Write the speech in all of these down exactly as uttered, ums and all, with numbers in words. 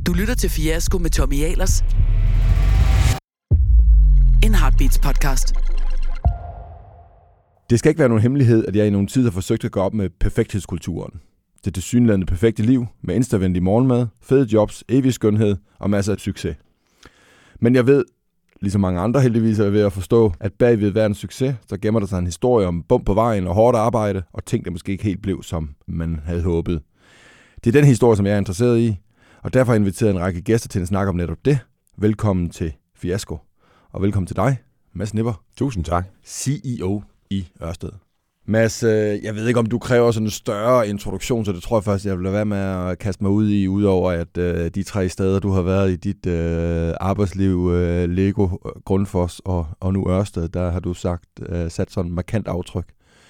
Du lytter til Fiasko med Tommy Ahlers. En Heartbeats podcast. Det skal ikke være nogen hemmelighed, at jeg i nogle tid har forsøgt at gå op med perfekthedskulturen. Det tilsyneladende perfekte liv med instavendig morgenmad, fede jobs, evig skønhed og masser af succes. Men jeg ved, ligesom mange andre heldigvis er ved at forstå, at bagved hver en succes, så gemmer der sig en historie om bump på vejen og hårdt arbejde, og ting, der måske ikke helt blev, som man havde håbet. Det er den historie, som jeg er interesseret i, og derfor har jeg inviteret en række gæster til en snak om netop det. Velkommen til Fiasko, og velkommen til dig, Mads Nipper. Tusind tak. C E O i Ørsted. Mads, jeg ved ikke, om du kræver sådan en større introduktion, så det tror jeg først, jeg vil lade være med at kaste mig ud i, udover at uh, de tre steder, du har været i dit uh, arbejdsliv, uh, Lego, Grundfos og, og nu Ørsted, der har du sagt uh, sat sådan en markant aftryk.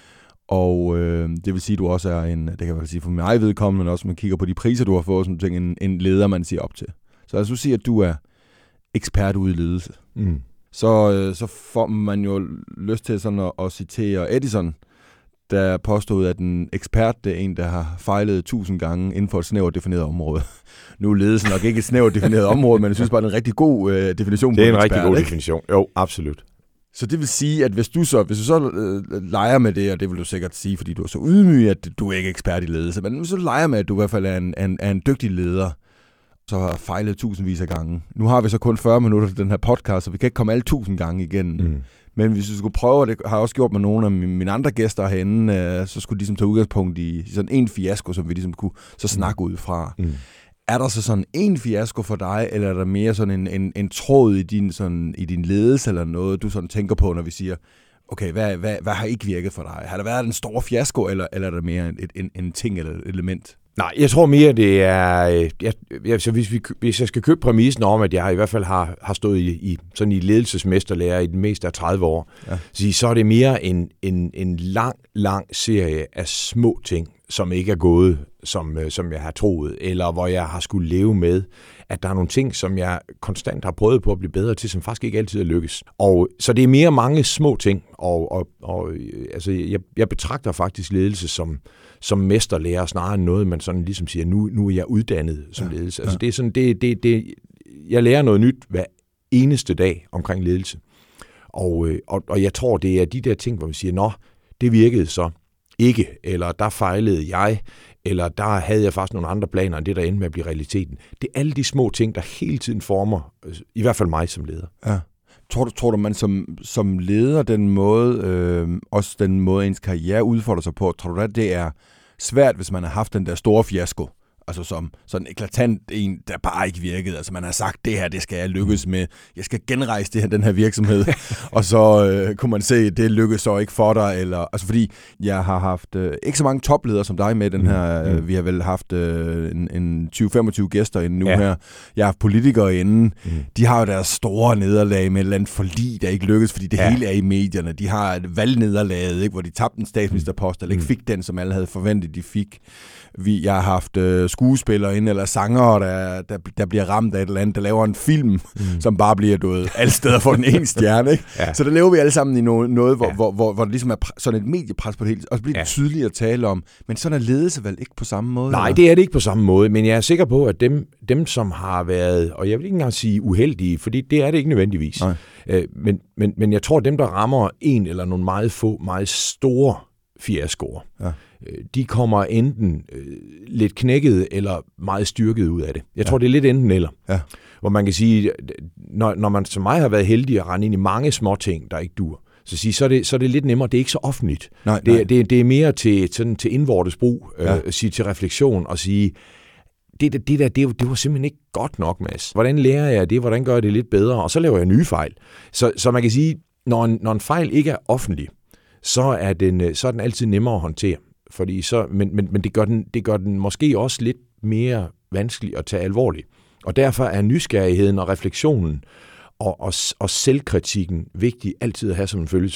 Og uh, det vil sige, at du også er en, det kan jeg sige for min egen vedkommende, men også man kigger på de priser, du har fået, sådan ting, en, en leder, man siger op til. Så altså du siger, at du er ekspert ude i ledelse. Mm. Så, uh, så får man jo lyst til sådan at, at citere Edison, der påstod, at en ekspert det er en, der har fejlet tusind gange inden for et snævert defineret område. Nu er ledelse nok ikke et snævert defineret område, men jeg synes bare, det er en rigtig god øh, definition på en ekspert. Det er en, en rigtig god ikke? definition. Jo, absolut. Så det vil sige, at hvis du så, hvis du så øh, leger med det, og det vil du sikkert sige, fordi du er så ydmyg, at du er ikke ekspert i ledelse, men hvis du leger med, at du i hvert fald er en, en, er en dygtig leder, så har fejlet tusindvis af gange. Nu har vi så kun fyrre minutter til den her podcast, så vi kan ikke komme alle tusind gange igennem. Mm. Men hvis vi skulle prøve, og det har jeg også gjort med nogle af mine andre gæster herinde, øh, så skulle de ligesom tage udgangspunkt i sådan en fiasko, som vi ligesom kunne så snakke ud fra. Mm. Er der så sådan en fiasko for dig, eller er der mere sådan en, en, en tråd i din, sådan, i din ledelse, eller noget, du sådan tænker på, når vi siger, okay, hvad, hvad, hvad har ikke virket for dig? Har der været en stor fiasko, eller, eller er der mere en, en, en ting eller et element? Nej, jeg tror mere, det er... Jeg, jeg, så hvis, vi, hvis jeg skal købe præmissen om, at jeg i hvert fald har, har stået i, i, sådan i ledelsesmesterlærer i den meste af tredive år, ja. så, så er det mere en, en, en lang, lang serie af små ting, som ikke er gået, som, som jeg har troet, eller hvor jeg har skulle leve med, at der er nogle ting, som jeg konstant har prøvet på at blive bedre til, som faktisk ikke altid er lykkes. Og så det er mere mange små ting, og, og, og altså, jeg, jeg betragter faktisk ledelse som, som mesterlærer, snarere end noget, man sådan ligesom siger, nu, nu er jeg uddannet som ja, ledelse. Altså, ja. det er sådan, det, det, det, jeg lærer noget nyt hver eneste dag omkring ledelse. Og, og, og jeg tror, det er de der ting, hvor vi siger, nå, det virkede så ikke, eller der fejlede jeg, eller der havde jeg faktisk nogle andre planer, end det, der endte med at blive realiteten. Det er alle de små ting, der hele tiden former, i hvert fald mig som leder. Ja. Tror du, tror du man som, som leder, den måde, øh, også den måde, ens karriere udfolder sig på, tror du at det er svært, hvis man har haft den der store fiasko? Altså som sådan en eklatant en, der bare ikke virkede. Altså man har sagt, det her, det skal jeg lykkes med. Jeg skal genrejse det her, den her virksomhed. Og så øh, kunne man se, det lykkes så ikke for dig. Eller, altså fordi jeg har haft øh, ikke så mange topledere som dig med den her. Øh, vi har vel haft øh, en, en tyve til femogtyve gæster inden nu ja. her. Jeg har haft politikere inden. Mm. De har jo deres store nederlag med et eller andet forlig, der ikke lykkes, fordi det ja. hele er i medierne. De har et valgnederlaget, ikke, hvor de tabte en statsministerpost, eller ikke fik den, som alle havde forventet, de fik. Vi, jeg har haft øh, skuespillere inde, eller sangere, der, der, der bliver ramt af et eller andet, der laver en film, mm. som bare bliver død alle steder for den ene stjerne. Ikke? Ja. Så der lever vi alle sammen i noget, noget hvor, ja. hvor, hvor, hvor det ligesom er pr- sådan et mediepres på det hele, og så bliver det ja. tydeligt at tale om, men sådan er ledelse vel ikke på samme måde? Nej, eller? det er det ikke på samme måde, men jeg er sikker på, at dem, dem som har været, og jeg vil ikke engang sige uheldige, fordi det er det ikke nødvendigvis, øh, men, men, men jeg tror, at dem, der rammer en eller nogle meget få, meget store fiaskoer, ja. de kommer enten øh, lidt knækket eller meget styrket ud af det. Jeg tror, ja. det er lidt enten eller. Ja. Hvor man kan sige, når, når man som mig har været heldig at rende ind i mange små ting, der ikke dur, så, sige, så, er det, så er det lidt nemmere. Det er ikke så offentligt. Nej, det, nej. Det, det er mere til, sådan, til indvortes brug, ja. øh, sige, til refleksion og sige, det, det, det der, det, det var simpelthen ikke godt nok, Mads. Hvordan lærer jeg det? Hvordan gør jeg det lidt bedre? Og så laver jeg nye fejl. Så, så man kan sige, når en, når en fejl ikke er offentlig, så er den, så er den altid nemmere at håndtere. Fordi så, men men, men det, gør den, det gør den måske også lidt mere vanskelig at tage alvorligt. Og derfor er nysgerrigheden og refleksionen og, og, og selvkritikken vigtig altid at have som en følgesvend.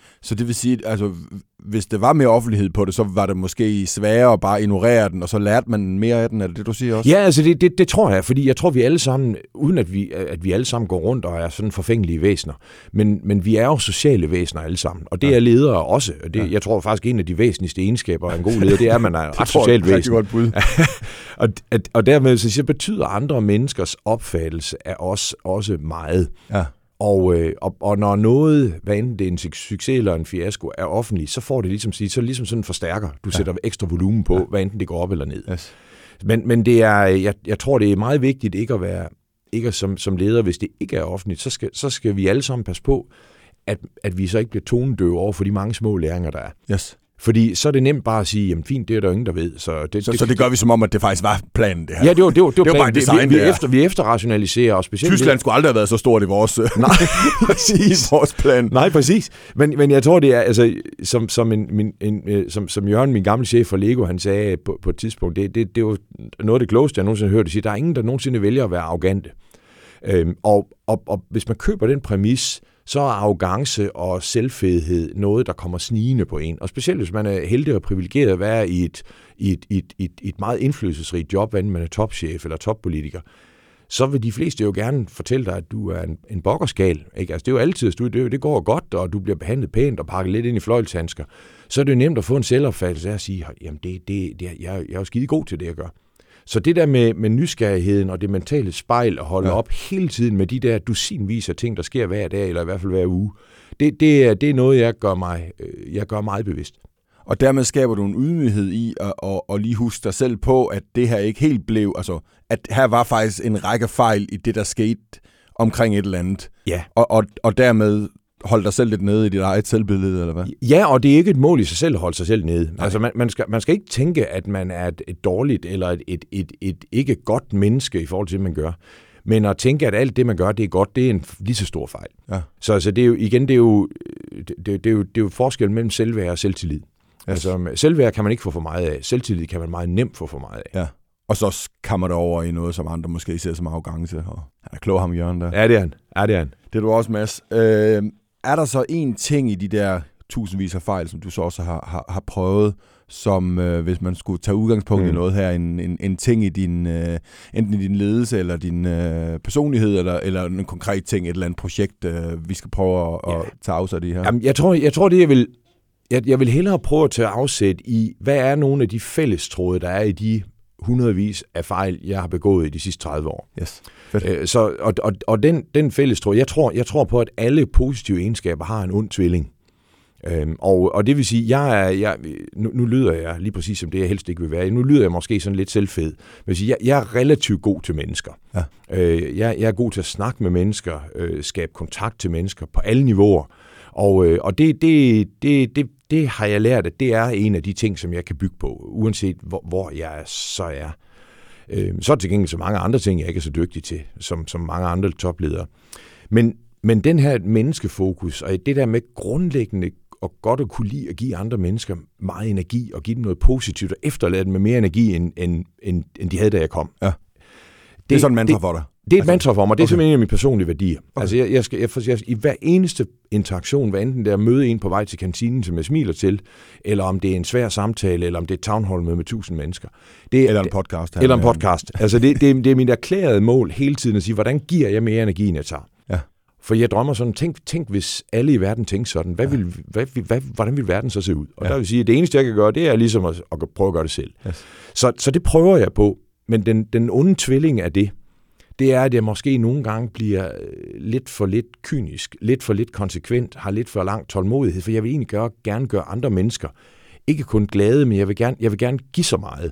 Så det vil sige, altså, hvis der var mere offentlighed på det, så var det måske sværere at bare ignorere den, og så lærte man mere af den, er det det, du siger også? Ja, altså det, det, det tror jeg, fordi jeg tror, vi alle sammen, uden at vi, at vi alle sammen går rundt og er sådan forfængelige væsener, men, men vi er jo sociale væsener alle sammen, og det ja. er ledere også. Og det, ja. Jeg tror faktisk, en af de væsentligste egenskaber af en god leder, det er, at man er et ret socialt væsen. Godt bud. og, og dermed så, så betyder andre menneskers opfattelse af os også meget. Ja. Og, øh, og, og når noget, hvad enten det er en succes eller en fiasko, er offentlig, så får det ligesom, så ligesom sådan en forstærker. Du ja. sætter ekstra volumen på, ja. hvad enten det går op eller ned. Yes. Men, men det er, jeg, jeg tror, det er meget vigtigt ikke at være, ikke som, som leder, hvis det ikke er offentligt, så skal, så skal vi alle sammen passe på, at, at vi så ikke bliver tonedøve over for de mange små læringer, der er. Yes. Fordi så er det nemt bare at sige, jamen fint, det er der ingen, der ved. Så det, så, det, så det gør vi som om, at det faktisk var planen, det her? Ja, det var, det var, det var, det var bare design, vi, vi, vi, efter, vi efterrationaliserer, og specielt... Tyskland skulle aldrig have været så stort i vores, nej, præcis. i vores plan. Nej, præcis. Men, men jeg tror, det er, altså, som, som, en, min, en, som, som Jørgen, min gamle chef for Lego, han sagde på, på et tidspunkt, det, det, det var noget af det klogeste, jeg nogensinde hørte sige, der er ingen, der nogensinde vælger at være arrogante. Øhm, og, og, og hvis man køber den præmis, så er arrogance og selvfedhed noget, der kommer snigende på en. Og specielt hvis man er heldig og privilegeret at være i et, i et, i et, i et, i et meget indflydelsesrigt job, enten man er topchef eller toppolitiker, så vil de fleste jo gerne fortælle dig, at du er en, en bokkerskal. Ikke? Altså, det er jo altid, at det, det går godt, og du bliver behandlet pænt og pakket lidt ind i fløjlshandsker. Så er det jo nemt at få en selvopfattelse af at sige, jamen det, det, det, jeg, jeg er jo skide god til det, jeg gør. Så det der med, med nysgerrigheden og det mentale spejl at holde ja. op hele tiden med de der dusinvis af ting, der sker hver dag, eller i hvert fald hver uge, det, det, er, det er noget, jeg gør, mig, jeg gør meget bevidst. Og dermed skaber du en ydmyghed i at, at, at lige huske dig selv på, at det her ikke helt blev, altså at her var faktisk en række fejl i det, der skete omkring et eller andet. Ja. Og, og, og dermed holde dig selv lidt nede i dit eget selvbillede, eller hvad? Ja, og det er ikke et mål i sig selv at holde sig selv nede. Nej. Altså, man, man, skal, man skal ikke tænke, at man er et, et dårligt eller et, et, et, et ikke godt menneske i forhold til det, man gør. Men at tænke, at alt det, man gør, det er godt, det er en lige så stor fejl. Ja. Så altså, det er jo, igen, det er jo, det, det, er jo, det er jo forskel mellem selvværd og selvtillid. Yes. Altså, selvværd kan man ikke få for meget af. Selvtillid kan man meget nemt få for meget af. Ja. Og så kammer det over i noget, som andre måske ser som arrogance. Og han er klog, ham Jørgen der. Ja, det er han. Ja, det er han. Det er du også, Mads. Øh, er der så en ting i de der tusindvis af fejl, som du så også har, har, har prøvet, som øh, hvis man skulle tage udgangspunkt mm. i noget her, en, en, en ting i din, øh, enten i din ledelse, eller din øh, personlighed, eller, eller en konkret ting, et eller andet projekt, øh, vi skal prøve at, ja. at tage afsæt i her? Jamen, jeg tror, jeg tror det jeg vil, jeg, jeg vil hellere prøve at tage afsæt i, hvad er nogle af de fællestråde, der er i de hundredvis af fejl, jeg har begået i de sidste tredive år. Yes. Æ, så, og og, og den, den fællestråd, jeg tror, jeg tror på, at alle positive egenskaber har en ond tvilling. Øhm, og, og det vil sige, jeg er, jeg, nu, nu lyder jeg lige præcis som det, jeg helst ikke vil være. Nu lyder jeg måske sådan lidt selvfed. Men jeg, jeg er relativt god til mennesker. Ja. Øh, jeg, jeg er god til at snakke med mennesker, øh, skabe kontakt til mennesker på alle niveauer. Og, øh, og det, det, det, det, det har jeg lært, at det er en af de ting, som jeg kan bygge på, uanset hvor, hvor jeg så er. Øh, så er det til gengæld så mange andre ting, jeg ikke er så dygtig til, som, som mange andre topledere. Men, men den her menneskefokus, og det der med grundlæggende og godt at kunne lide at give andre mennesker meget energi, og give dem noget positivt, og efterlade dem med mere energi, end, end, end, end de havde, da jeg kom. Ja. Det, det er sådan en mantra for dig? Det er et altså, mantra for mig. Det er okay. Simpelthen en af mine personlige værdier. Okay. Altså, jeg, jeg skal, jeg, jeg, I hver eneste interaktion, hvad enten det er at møde en på vej til kantinen, som jeg smiler til, eller om det er en svær samtale, eller om det er et townhall-møde med tusind mennesker. Det, eller en podcast. Her eller en podcast. Altså, det, det, det er mit erklærede mål hele tiden at sige, hvordan giver jeg mere energi, end jeg tager? Ja. For jeg drømmer sådan, tænk, tænk hvis alle i verden tænkte sådan, hvad vil, hvad, hvad, hvordan vil verden så se ud? Og ja. Der vil sige, at det eneste, jeg kan gøre, det er ligesom at, at prøve at gøre det selv. Yes. Så, så det prøver jeg på, men den, den onde tvilling af det, det er, at jeg måske nogle gange bliver lidt for lidt kynisk, lidt for lidt konsekvent, har lidt for lang tålmodighed, for jeg vil egentlig gøre, gerne gøre andre mennesker ikke kun glade, men jeg vil gerne, jeg vil gerne give så meget.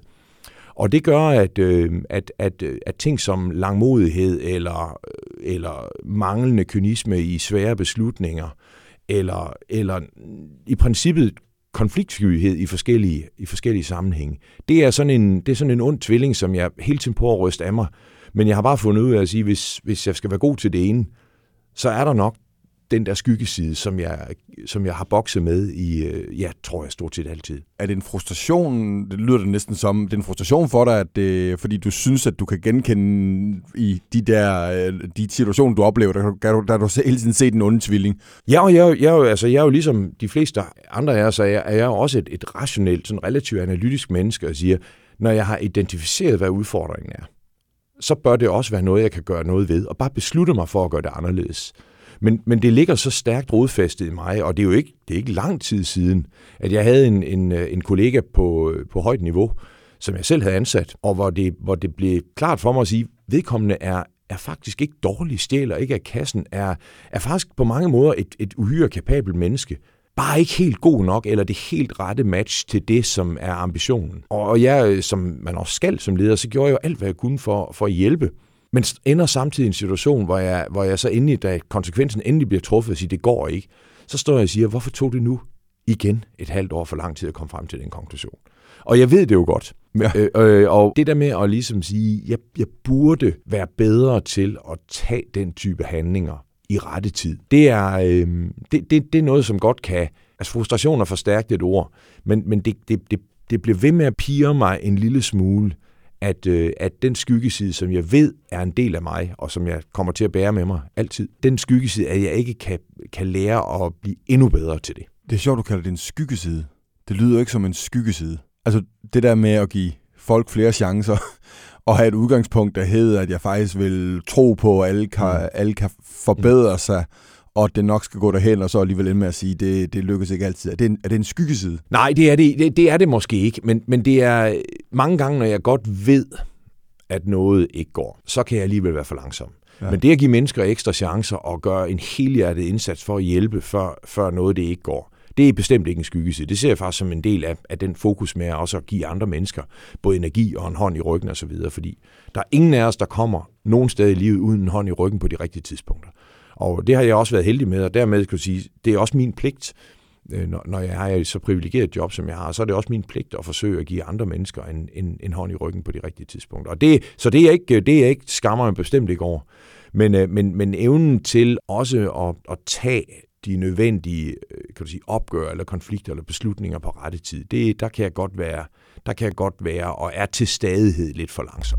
Og det gør, at, øh, at, at, at ting som langmodighed eller, eller manglende kynisme i svære beslutninger, eller, eller i princippet konfliktskyhed i forskellige, i forskellige sammenhænge, det er, sådan en, det er sådan en ond tvilling, som jeg hele tiden på at ryste af mig. Men jeg har bare fundet ud af at sige, hvis, hvis jeg skal være god til det ene, så er der nok den der skyggeside, som jeg, som jeg har bokset med i, ja, tror jeg stort set altid. Er det en frustration, det lyder det næsten som, det er en frustration for dig, at det, fordi du synes, at du kan genkende i de der de situationer, du oplever, der, der, der du hele tiden set en onde tvilling? Ja, og jeg, jeg, altså, jeg er jo ligesom de fleste andre af os, er jeg, er jeg også et, et rationelt, sådan relativt analytisk menneske, og siger, når jeg har identificeret, hvad udfordringen er, så bør det også være noget, jeg kan gøre noget ved, og bare beslutte mig for at gøre det anderledes. Men, men det ligger så stærkt rodfæstet i mig, og det er jo ikke, det er ikke lang tid siden, at jeg havde en, en, en kollega på, på højt niveau, som jeg selv havde ansat, og hvor det, hvor det blev klart for mig at sige, vedkommende er, er faktisk ikke dårlig, stjæler ikke af kassen, er, er faktisk på mange måder et, et uhyre kapabelt menneske. Bare ikke helt god nok, eller det helt rette match til det, som er ambitionen. Og jeg, som man også skal som leder, så gjorde jeg jo alt, hvad jeg kunne for, for at hjælpe. Men ender samtidig i en situation, hvor jeg, hvor jeg så endelig, da konsekvensen endelig bliver truffet, og siger, det går ikke, så står jeg og siger, hvorfor tog det nu igen et halvt år for lang tid at komme frem til den konklusion? Og jeg ved det jo godt. Ja. Øh, øh, og det der med at ligesom sige, jeg, jeg burde være bedre til at tage den type handlinger i rette tid. Det er, øh, det, det, det er noget, som godt kan... Altså frustration er forstærkt et ord, men, men det, det, det, det bliver ved med at pirre mig en lille smule, at, øh, at den skyggeside, som jeg ved er en del af mig, og som jeg kommer til at bære med mig altid, den skyggeside, at jeg ikke kan, kan lære at blive endnu bedre til det. Det er sjovt, du kalder det en skyggeside. Det lyder jo ikke som en skyggeside. Altså det der med at give folk flere chancer, og have et udgangspunkt, der hedder, at jeg faktisk vil tro på, at alle kan, mm. alle kan forbedre sig, og at det nok skal gå derhen, og så alligevel ende med at sige, at det, det lykkes ikke altid. Er det en, er det en skyggeside? Nej, det er det, det, det er det måske ikke, men, men det er mange gange, når jeg godt ved, at noget ikke går, så kan jeg alligevel være for langsom. Ja. Men det at give mennesker ekstra chancer og gøre en helhjertet indsats for at hjælpe, før, før noget det ikke går, det er bestemt ikke en skyggeside. Det ser jeg faktisk som en del af, af den fokus med at også at give andre mennesker både energi og en hånd i ryggen og så videre, fordi der er ingen af os, der kommer nogen sted i livet uden en hånd i ryggen på de rigtige tidspunkter. Og det har jeg også været heldig med, og dermed kan jeg sige, det er også min pligt, når jeg har et så privilegeret job, som jeg har, så er det også min pligt at forsøge at give andre mennesker en, en, en hånd i ryggen på de rigtige tidspunkter. Og det, så det er ikke, det er ikke skammer jeg bestemt ikke over. Men, men, men evnen til også at, at tage de nødvendige kan du sige, opgør eller konflikter eller beslutninger på rette tid, det, der kan jeg godt være, der kan jeg godt være og er til stadighed lidt for langsom.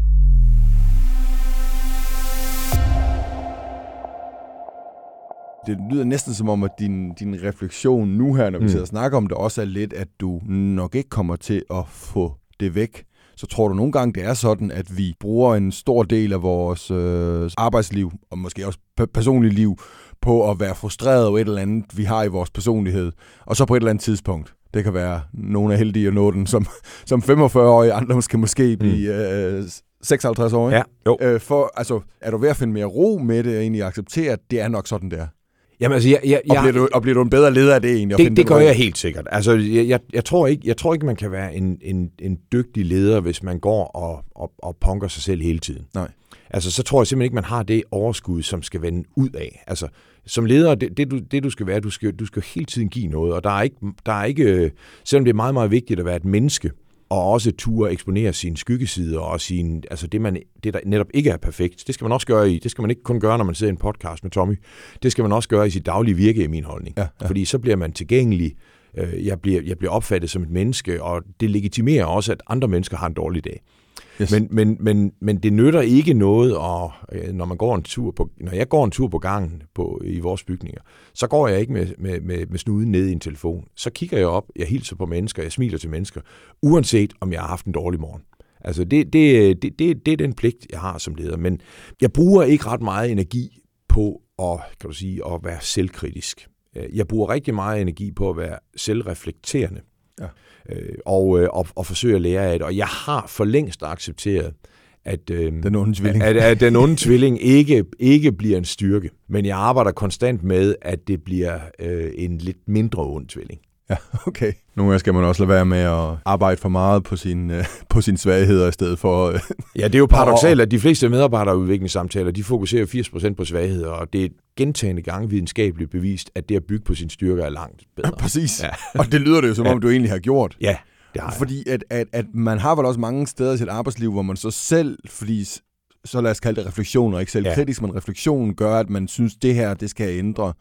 Det lyder næsten som om, at din, din refleksion nu her, når vi mm. sidder og snakker om det, også er lidt, at du nok ikke kommer til at få det væk. Så tror du nogle gange, det er sådan, at vi bruger en stor del af vores øh, arbejdsliv, og måske også personlige liv, på at være frustreret over et eller andet, vi har i vores personlighed. Og så på et eller andet tidspunkt, det kan være, nogle er heldige at nå den som, som femogfyrre-årige, andre måske måske blive øh, seksoghalvtreds år. Ja, jo. Øh, for, altså, er du ved at finde mere ro med det, og egentlig acceptere, at det er nok sådan, der? Jamen, altså, jeg, jeg, og, bliver du, og bliver du en bedre leder af det egentlig? Det, det gør jeg helt sikkert. Altså, jeg, jeg, jeg, tror ikke, jeg tror ikke, man kan være en, en, en dygtig leder, hvis man går og, og, og punker sig selv hele tiden. Nej. Altså, så tror jeg simpelthen ikke, man har det overskud, som skal vende ud af. Altså, som leder, det, det, du, det du skal være, du skal, du skal hele tiden give noget, og der er ikke, der er ikke, selvom det er meget, meget vigtigt at være et menneske, og også turde eksponere sine skyggesider og sine, altså det, man, det, der netop ikke er perfekt, det skal man også gøre i, det skal man ikke kun gøre, når man sidder i en podcast med Tommy, det skal man også gøre i sit daglige virke, i min holdning. Ja, ja. Fordi så bliver man tilgængelig, jeg bliver, jeg bliver opfattet som et menneske, og det legitimerer også, at andre mennesker har en dårlig dag. Yes. Men, men, men, men det nytter ikke noget, og når man går en tur på, når jeg går en tur på gangen på, i vores bygninger, så går jeg ikke med, med, med, med snuden ned i en telefon. Så kigger jeg op, jeg hilser på mennesker, jeg smiler til mennesker, uanset om jeg har haft en dårlig morgen. Altså det, det, det, det, det er den pligt, jeg har som leder. Men jeg bruger ikke ret meget energi på at, kan du sige, at være selvkritisk. Jeg bruger rigtig meget energi på at være selvreflekterende. Ja. Øh, og, og, og forsøge at lære af det. Og jeg har for længst accepteret, at, øh, den onde tvilling, at, at den onde tvilling ikke, ikke bliver en styrke. Men jeg arbejder konstant med, at det bliver øh, en lidt mindre ond tvilling. Ja, okay. Nogle gange skal man også lade være med at arbejde for meget på sine øh, på sin svagheder i stedet for... Øh, ja, det er jo paradoksalt, at de fleste medarbejderudviklingssamtaler, de fokuserer firs procent på svagheder, og det er gentagende gange videnskabeligt bevist, at det at bygge på sine styrker er langt bedre. Ja, præcis. Ja. Og det lyder det jo, som om ja. du egentlig har gjort. Ja, det har jeg. Fordi at, at, at man har vel også mange steder i sit arbejdsliv, hvor man så selv, fordi så lad os kalde det refleksion, og ikke selv kritisk, ja. men refleksion gør, at man synes, det her, det skal jeg ændre.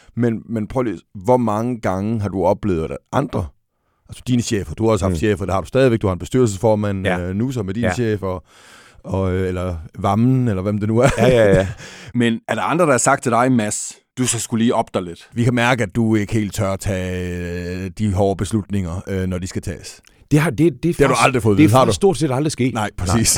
Men, men prøv lige, hvor mange gange har du oplevet, at andre, altså dine chefer, du har også haft mm. chefer, der har du stadigvæk, du har en bestyrelsesformand ja. øh, nu, som er dine ja. chefer, og, eller Vammen, eller hvem det nu er. Ja, ja, ja. Men er der andre, der har sagt til dig, Mads, du så skulle lige op dig lidt? Vi kan mærke, at du ikke helt tør at tage de hårde beslutninger, øh, når de skal tages. Det har, det, det, det har du aldrig fået. Det er faktisk stort set aldrig sket. Nej, præcis.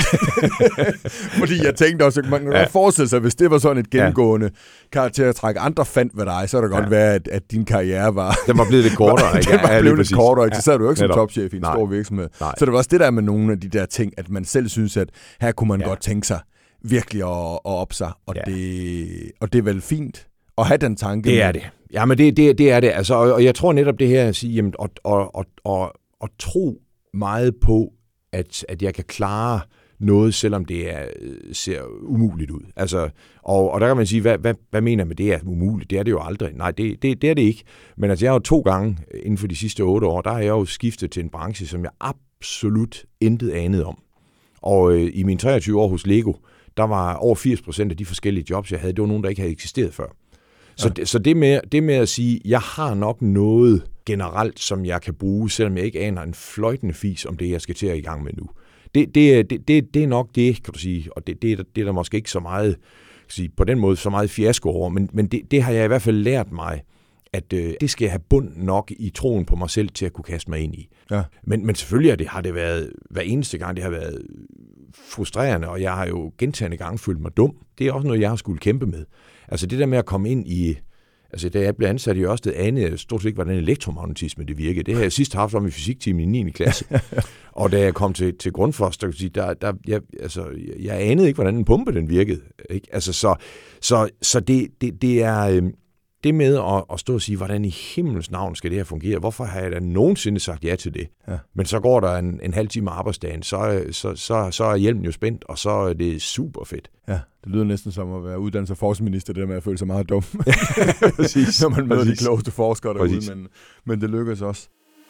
Fordi jeg tænkte også, at man kan ja. forestille sig, hvis det var sådan et gennemgående ja. karaktertræk, andre fandt ved dig, så er det godt ja. være, at, at din karriere var... Den var blevet lidt kortere, ikke? Den var ja, blevet lidt kortere, ikke? Så sad du jo ikke som Netop. topchef i en Nej. stor virksomhed. Nej. Så det var også det der med nogle af de der ting, at man selv synes, at her kunne man ja. godt tænke sig virkelig at, at op sig, og, ja. det, og det er vel fint at have den tanke. Det er det. Ja, men det, det, det er det. Altså, og, og jeg tror netop det her at sige, jamen, og, og, og, og, og tro meget på, at, at jeg kan klare noget, selvom det er, ser umuligt ud. Altså, og, og der kan man sige, hvad, hvad, hvad mener man med det er umuligt? Det er det jo aldrig. Nej, det, det, det er det ikke. Men altså, jeg har jo to gange inden for de sidste otte år, der har jeg jo skiftet til en branche, som jeg absolut intet anede om. Og øh, i mine treogtyve år hos Lego, der var over firs procent af de forskellige jobs, jeg havde, det var nogen, der ikke havde eksisteret før. Så, ja. det, så det, med, det med at sige, jeg har nok noget generelt, som jeg kan bruge, selvom jeg ikke aner en fløjtende fis om det, jeg skal til at i gang med nu. Det, det, det, det, det er nok det, kan du sige, og det, det, det er der måske ikke så meget, kan sige, på den måde så meget fiasko over, men, men det, det har jeg i hvert fald lært mig, at øh, det skal jeg have bund nok i troen på mig selv til at kunne kaste mig ind i. Ja. Men, men selvfølgelig det, har det været, hver eneste gang, det har været frustrerende, og jeg har jo gentagne gange følt mig dum. Det er også noget, jeg har skulle kæmpe med. Altså det der med at komme ind i... Altså da jeg blev ansat i Ørsted, anede jeg stort set ikke, hvordan elektromagnetisme det virkede. Det har jeg sidst haft om i fysiktimen i niende klasse. Og da jeg kom til, til Grundfos, der, der, der, jeg, altså, jeg anede ikke, hvordan en pumpe den virkede. Ikke? Altså, så så, så det, det, det er... Det med at, at stå og sige, hvordan i himmels navn skal det her fungere? Hvorfor har jeg da nogensinde sagt ja til det? Ja. Men så går der en, en halv time arbejdsdagen, så, så, så, så er hjelmen jo spændt, og så er det super fedt. Ja, det lyder næsten som at være uddannelses- og forskningsminister, det der med at føle sig meget dum. Præcis. Når man møder Præcis. de klogeste forskere derude, men, men det lykkes også.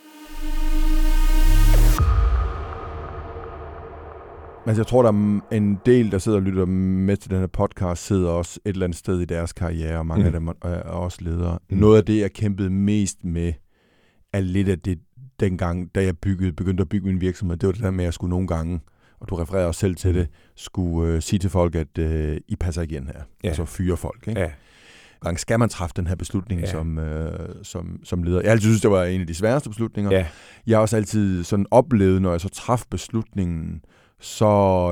Altså, jeg tror, der er en del, der sidder og lytter med til den her podcast, sidder også et eller andet sted i deres karriere, og mange mm. af dem er også ledere. Mm. Noget af det, jeg kæmpede mest med, er lidt af det, dengang, da jeg byggede, begyndte at bygge min virksomhed. Det var det der med, at jeg skulle nogle gange, og du refererer også selv til det, skulle øh, sige til folk, at øh, I passer igen her. Ja. Altså fyre folk, ikke? Ja. Gang skal man træffe den her beslutning ja. som, øh, som, som leder. Jeg altid synes, det var en af de sværeste beslutninger. Ja. Jeg har også altid sådan oplevet, når jeg så traf beslutningen, så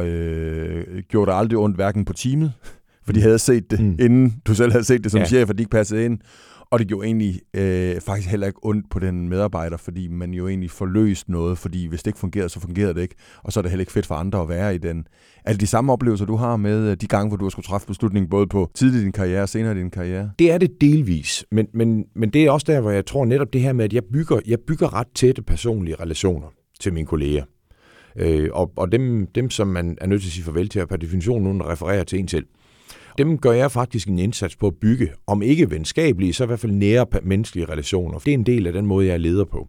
øh, gjorde der aldrig ondt hverken på teamet, for de havde set det, mm. inden du selv havde set det som ja. chef, og de ikke passede ind. Og det gjorde egentlig øh, faktisk heller ikke ondt på den medarbejder, fordi man jo egentlig forløst noget, fordi hvis det ikke fungerede, så fungerede det ikke. Og så er det heller ikke fedt for andre at være i den. Er det de samme oplevelser, du har med de gange, hvor du har skulle træffe beslutningen, både på tidligt i din karriere og senere i din karriere? Det er det delvis, men, men, men det er også der, hvor jeg tror netop det her med, at jeg bygger, jeg bygger ret tætte personlige relationer til mine kolleger. Øh, og og dem, dem, som man er nødt til at sige farvel til, og per definition nogen, der refererer til en selv, dem gør jeg faktisk en indsats på at bygge, om ikke venskabelige, så i hvert fald nære menneskelige relationer. Det er en del af den måde, jeg er leder på.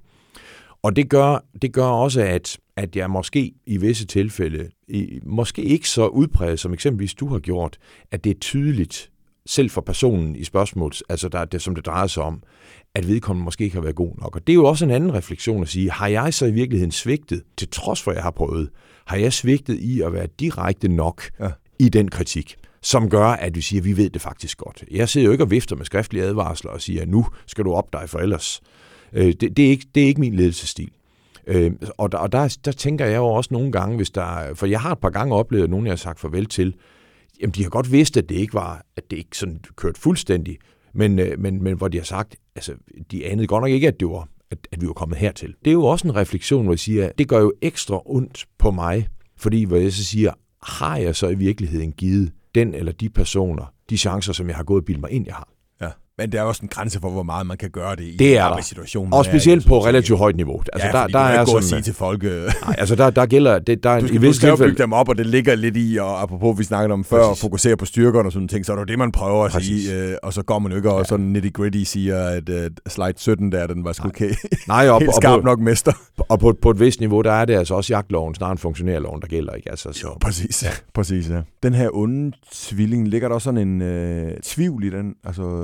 Og det gør, det gør også, at, at jeg måske i visse tilfælde, i, måske ikke så udpræget, som eksempelvis du har gjort, at det er tydeligt, selv for personen i spørgsmålet, altså der, det, som det drejer sig om, at vedkommende måske ikke har været god nok. Og det er jo også en anden refleksion at sige, har jeg så i virkeligheden svigtet, til trods for, at jeg har prøvet, har jeg svigtet i at være direkte nok ja. i den kritik, som gør, at vi siger, at vi ved det faktisk godt. Jeg sidder jo ikke og vifter med skriftlige advarsler og siger, at nu skal du op dig for ellers. Det, det, er ikke, det er ikke min ledelsesstil. Og der, og der, der tænker jeg jo også nogle gange, hvis der, for jeg har et par gange oplevet, at nogen jeg har sagt farvel til, jamen de har godt vidst, at det ikke var, at det ikke sådan kørt fuldstændig, men, men, men hvor de har sagt, altså de anede godt nok ikke, at det var, at, at vi var kommet hertil. Det er jo også en refleksion, hvor jeg siger, at det gør jo ekstra ondt på mig, fordi hvor jeg så siger, har jeg så i virkeligheden givet den eller de personer de chancer, som jeg har gået og bildet mig ind, jeg har? Ja. Men der er også en grænse for, hvor meget man kan gøre det i det er en situation. Og specielt på relativt højt niveau. Altså, ja, der, der er sådan, at sige til folk... Nej, altså der, der gælder... Det, der du skal, du skal bygge dem op, og det ligger lidt i, og apropos, vi snakkede om før, at fokusere på styrkerne og sådan ting, så er det det, man prøver at Præcis. sige, øh, og så går man jo ikke, og ja. sådan nitty-gritty siger, at uh, slide sytten der, den var sgu okay. Nej, og, helt skarp nok mester. Og på, på et vist niveau, der er det altså også jagtloven, snarere en funktionærloven, der gælder, ikke? Altså, så. Jo, præcis. Ja. præcis, ja. Den her onde tvilling, ligger der også sådan en øh, tvivl i den? Altså, ja,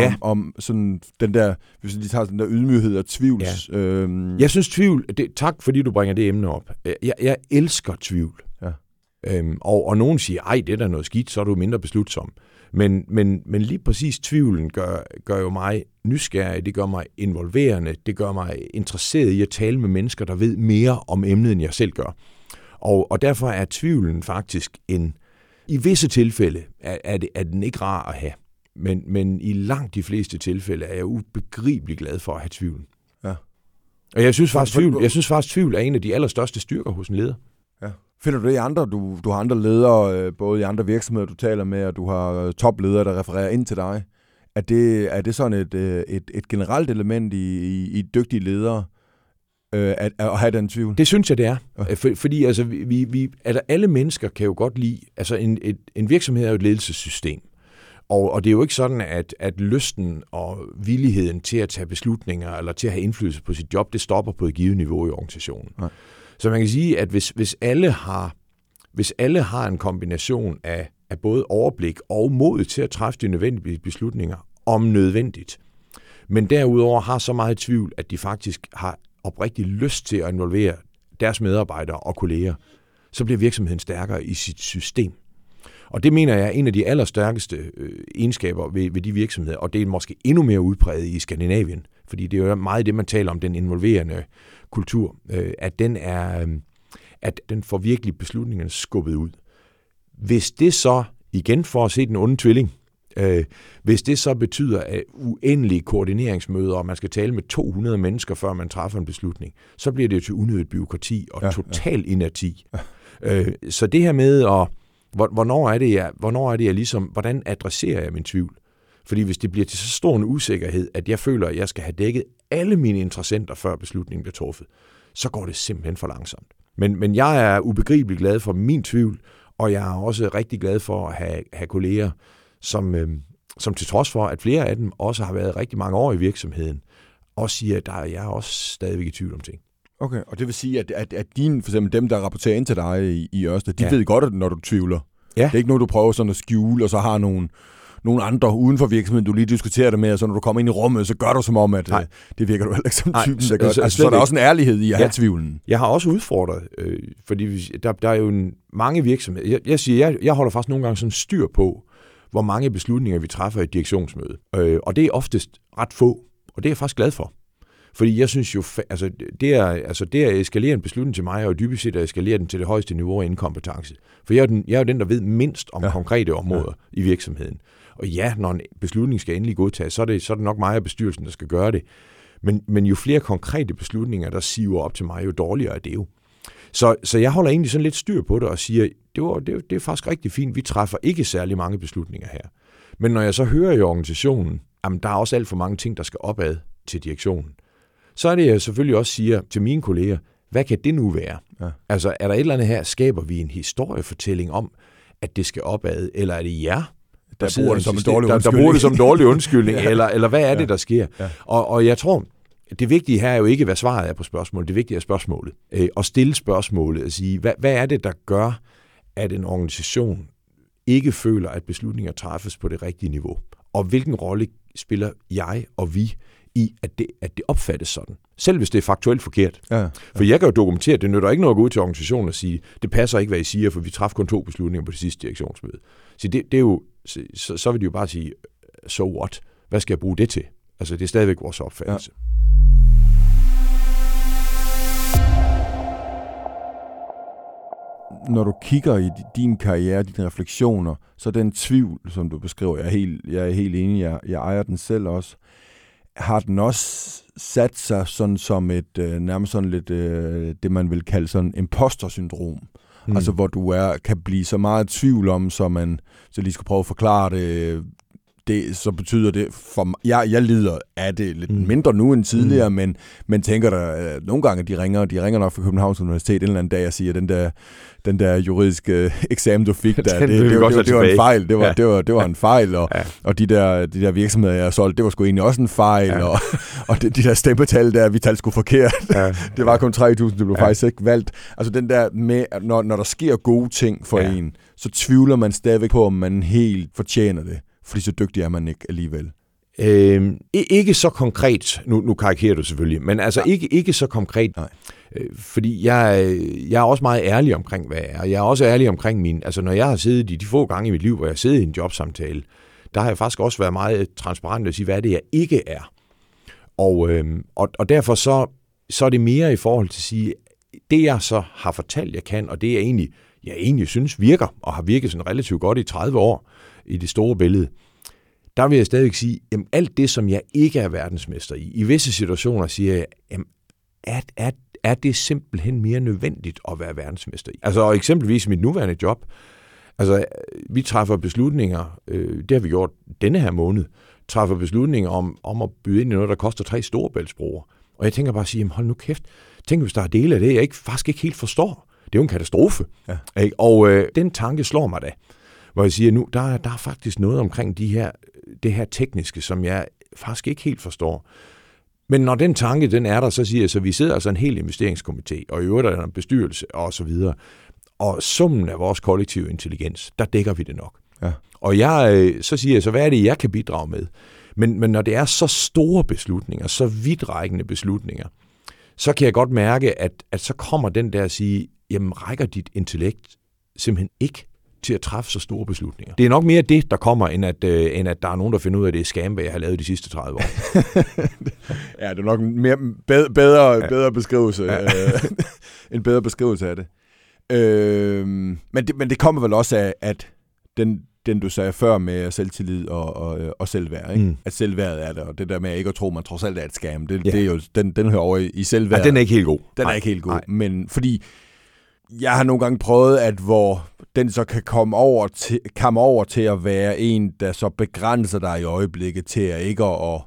ja. om, om sådan den der, hvis vi lige tager den der ydmyghed og tvivls. Ja. Øhm. Jeg synes tvivl, det, tak fordi du bringer det emne op. Jeg, jeg elsker tvivl. Ja. Øhm, og, og nogen siger, ej, det er da noget skidt, så er du mindre beslutsom. Men, men, men lige præcis tvivlen gør, gør jo mig nysgerrig, det gør mig involverende, det gør mig interesseret i at tale med mennesker, der ved mere om emnet, end jeg selv gør. Og, og derfor er tvivlen faktisk en, i visse tilfælde er, er, det, er den ikke rar at have. Men, men i langt de fleste tilfælde er jeg ubegribeligt glad for at have tvivlen. Ja. Og jeg synes faktisk, tvivl, jeg synes faktisk, tvivl er en af de allerstørste styrker hos en leder. Ja. Finder du det i andre? Du, du har andre ledere, både i andre virksomheder, du taler med, og du har topledere, der refererer ind til dig. Er det, er det sådan et, et, et generelt element i, i, i dygtige ledere, at, at have den tvivl? Det synes jeg, det er. Ja. For, fordi altså, vi, vi, altså, alle mennesker kan jo godt lide, altså en, et, en virksomhed er jo et ledelsessystem. Og, og det er jo ikke sådan, at, at lysten og villigheden til at tage beslutninger eller til at have indflydelse på sit job, det stopper på et givet niveau i organisationen. Nej. Så man kan sige, at hvis, hvis, alle har, hvis alle har en kombination af, af både overblik og mod til at træffe de nødvendige beslutninger om nødvendigt, men derudover har så meget tvivl, at de faktisk har oprigtig lyst til at involvere deres medarbejdere og kolleger, så bliver virksomheden stærkere i sit system. Og det mener jeg er en af de allerstærkeste øh, egenskaber ved, ved de virksomheder, og det er måske endnu mere udpræget i Skandinavien, fordi det er jo meget det, man taler om, den involverende kultur, øh, at den er, øh, at den får virkelig beslutningerne skubbet ud. Hvis det så, igen for at se den onde tvilling, øh, hvis det så betyder at uendelige koordineringsmøder, og man skal tale med to hundrede mennesker, før man træffer en beslutning, så bliver det jo til unødigt bureaukrati og ja, total ja. inerti. Ja. Øh, så det her med at Hvornår er det, jeg, hvornår er det, jeg ligesom, hvordan adresserer jeg min tvivl? Fordi hvis det bliver til så stor en usikkerhed, at jeg føler, at jeg skal have dækket alle mine interessenter, før beslutningen bliver truffet, så går det simpelthen for langsomt. Men, men jeg er ubegribeligt glad for min tvivl, og jeg er også rigtig glad for at have, have kolleger, som, øh, som til trods for, at flere af dem også har været rigtig mange år i virksomheden, også siger, at der er jeg også stadigvæk i tvivl om ting. Okay, og det vil sige, at, at, at dine, for eksempel dem, der rapporterer ind til dig i, i Ørsted, de ja. ved godt, at når du tvivler. Ja. Det er ikke noget, du prøver sådan at skjule, og så har nogle, nogle andre uden for virksomheden, du lige diskuterer det med, og så når du kommer ind i rummet, så gør du som om, at øh, det virker du heller ikke som Nej, typen, der gør. Altså, altså, så er der også en ærlighed i at ja. have tvivlen. Jeg har også udfordret, øh, fordi der, der er jo en, mange virksomheder. Jeg, jeg siger, jeg, jeg holder faktisk nogle gange sådan styr på, hvor mange beslutninger vi træffer i et direktionsmøde. Øh, og det er oftest ret få, og det er jeg faktisk glad for. Fordi jeg synes jo, altså det, er, altså det at eskalere en beslutning til mig, er jo dybest set at eskalere den til det højeste niveau af inkompetence. For jeg er, den, jeg er jo den, der ved mindst om ja. konkrete områder ja. i virksomheden. Og ja, når en beslutning skal endelig godtages, så er det, så er det nok mig og bestyrelsen, der skal gøre det. Men, men jo flere konkrete beslutninger, der siver op til mig, jo dårligere er det jo. Så, så jeg holder egentlig sådan lidt styr på det og siger, det, var, det, det er faktisk rigtig fint, vi træffer ikke særlig mange beslutninger her. Men når jeg så hører i organisationen, jamen der er også alt for mange ting, der skal opad til direktionen, så er det, jeg selvfølgelig også siger til mine kolleger, hvad kan det nu være? Ja. Altså, er der et eller andet her, skaber vi en historiefortælling om, at det skal opad, eller er det jer, der, der bruger det som en dårlig undskyldning, der, der bruger det som en dårlig undskyldning ja. eller, eller hvad er ja. det, der sker? Ja. Og, og jeg tror, det vigtige her er jo ikke, hvad svaret er på spørgsmålet, det vigtige er spørgsmålet. Øh, at stille spørgsmålet og sige, hvad, hvad er det, der gør, at en organisation ikke føler, at beslutninger træffes på det rigtige niveau? Og hvilken rolle spiller jeg og vi i, at det, at det opfattes sådan. Selv hvis det er faktuelt forkert. Ja, ja. For jeg kan jo dokumentere, at det nytter ikke noget at gå ud til organisationen og sige, det passer ikke, hvad I siger, for vi træffede kun to beslutninger på det sidste direktionsmøde. Så, det, det er jo, så, så vil de jo bare sige, so what? Hvad skal jeg bruge det til? Altså, det er stadigvæk vores opfattelse. Ja. Når du kigger i din karriere, dine refleksioner, så den tvivl, som du beskriver, jeg er helt, jeg er helt enig, jeg, jeg ejer den selv også. Har den også sat sig sådan som et, øh, nærmest sådan lidt, øh, det man vil kalde sådan imposter-syndrom? Mm. Altså, hvor du er, kan blive så meget tvivl om, så man, så lige skal prøve at forklare det, det så betyder det, for jeg, jeg lider af det lidt mm. mindre nu end tidligere, mm. men, men tænker der, øh, nogle gange, de ringer, de ringer nok fra Københavns Universitet en eller anden dag og siger, den der, den der juridiske eksamen, du fik der, det, det, det, det, det, det var en fejl, det var, ja. det var, det var en fejl, og, ja. og de der, de der virksomheder, jeg har solgt, det var sgu egentlig også en fejl, ja. og, og de, de der stemmetal der, vi talte sgu forkert, ja. det var kun tre tusind, det blev ja. faktisk ikke valgt. Altså den der med, når, når der sker gode ting for ja. en, så tvivler man stadigvæk på, om man helt fortjener det. Fordi så dygtig er man ikke alligevel. Øh, ikke så konkret, nu, nu karikerer du selvfølgelig, men altså ja. ikke, ikke så konkret, Nej. Øh, fordi jeg, jeg er også meget ærlig omkring, hvad jeg er. Jeg er også ærlig omkring min, altså når jeg har siddet i de få gange i mit liv, hvor jeg har siddet i en jobsamtale, der har jeg faktisk også været meget transparent og sige, hvad det er, jeg ikke er. Og, øh, og, og derfor så, så er det mere i forhold til at sige, det jeg så har fortalt, jeg kan, og det jeg egentlig, jeg egentlig synes virker, og har virket sådan relativt godt i tredive år i det store billede, der vil jeg stadig sige, at alt det, som jeg ikke er verdensmester i, i visse situationer siger jeg, jamen, er, er, er det simpelthen mere nødvendigt at være verdensmester i? Altså eksempelvis mit nuværende job, altså vi træffer beslutninger, øh, det har vi gjort denne her måned, træffer beslutninger om, om at byde ind i noget, der koster tre storebæltsbroer. Og jeg tænker bare at sige, jamen, hold nu kæft, tænk hvis der er dele af det, jeg ikke, faktisk ikke helt forstår. Det er jo en katastrofe. Ja. Ikke? Og øh, den tanke slår mig da, hvor jeg siger, nu der er, der er faktisk noget omkring de her, det her tekniske, som jeg faktisk ikke helt forstår. Men når den tanke, den er der, så siger jeg, så vi sidder altså en hel investeringskomité, og i øvrigt er der en bestyrelse og så videre. Og summen af vores kollektive intelligens, der dækker vi det nok. Ja. Og jeg, så siger jeg, så hvad er det, jeg kan bidrage med? Men, men når det er så store beslutninger, så vidtrækkende beslutninger, så kan jeg godt mærke, at, at så kommer den der at sige, jamen rækker dit intellekt simpelthen ikke til at træffe så store beslutninger. Det er nok mere det, der kommer, end at, øh, end at der er nogen, der finder ud af, at det er scam, hvad jeg har lavet de sidste tredive år. Ja, det er nok en mere bedre, bedre, ja. bedre beskrivelse, ja. øh, en bedre beskrivelse af det. Øh, men det. Men det kommer vel også af, at den, den du sagde før med selvtillid og, og, og selvværd, ikke? Mm. At selvværdet er der, og det der med at ikke at tro, man trods alt er et scam, det, ja. det er jo, den, den hører over i, i selvværd. Ja, den er ikke helt god. Den Nej. er ikke helt god, Nej. men fordi jeg har nogle gange prøvet, at hvor den så kan komme over til, komme over til at være en, der så begrænser dig i øjeblikket til at ikke at